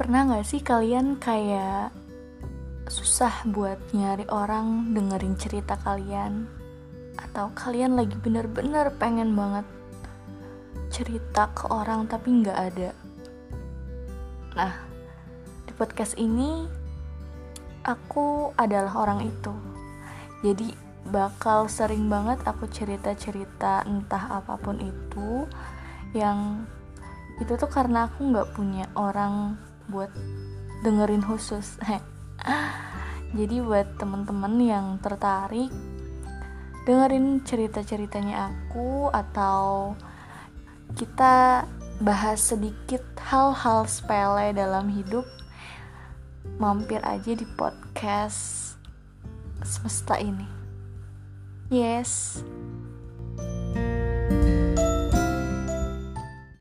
Pernah gak sih kalian kayak susah buat nyari orang dengerin cerita kalian? Atau kalian lagi bener-bener pengen banget cerita ke orang tapi gak ada? Nah, di podcast ini aku adalah orang itu. Jadi bakal sering banget aku cerita-cerita entah apapun itu, yang itu tuh karena aku gak punya orang buat dengerin khusus. Jadi buat teman-teman yang tertarik dengerin cerita-ceritanya aku, atau kita bahas sedikit hal-hal sepele dalam hidup, mampir aja di podcast semesta ini. Yes.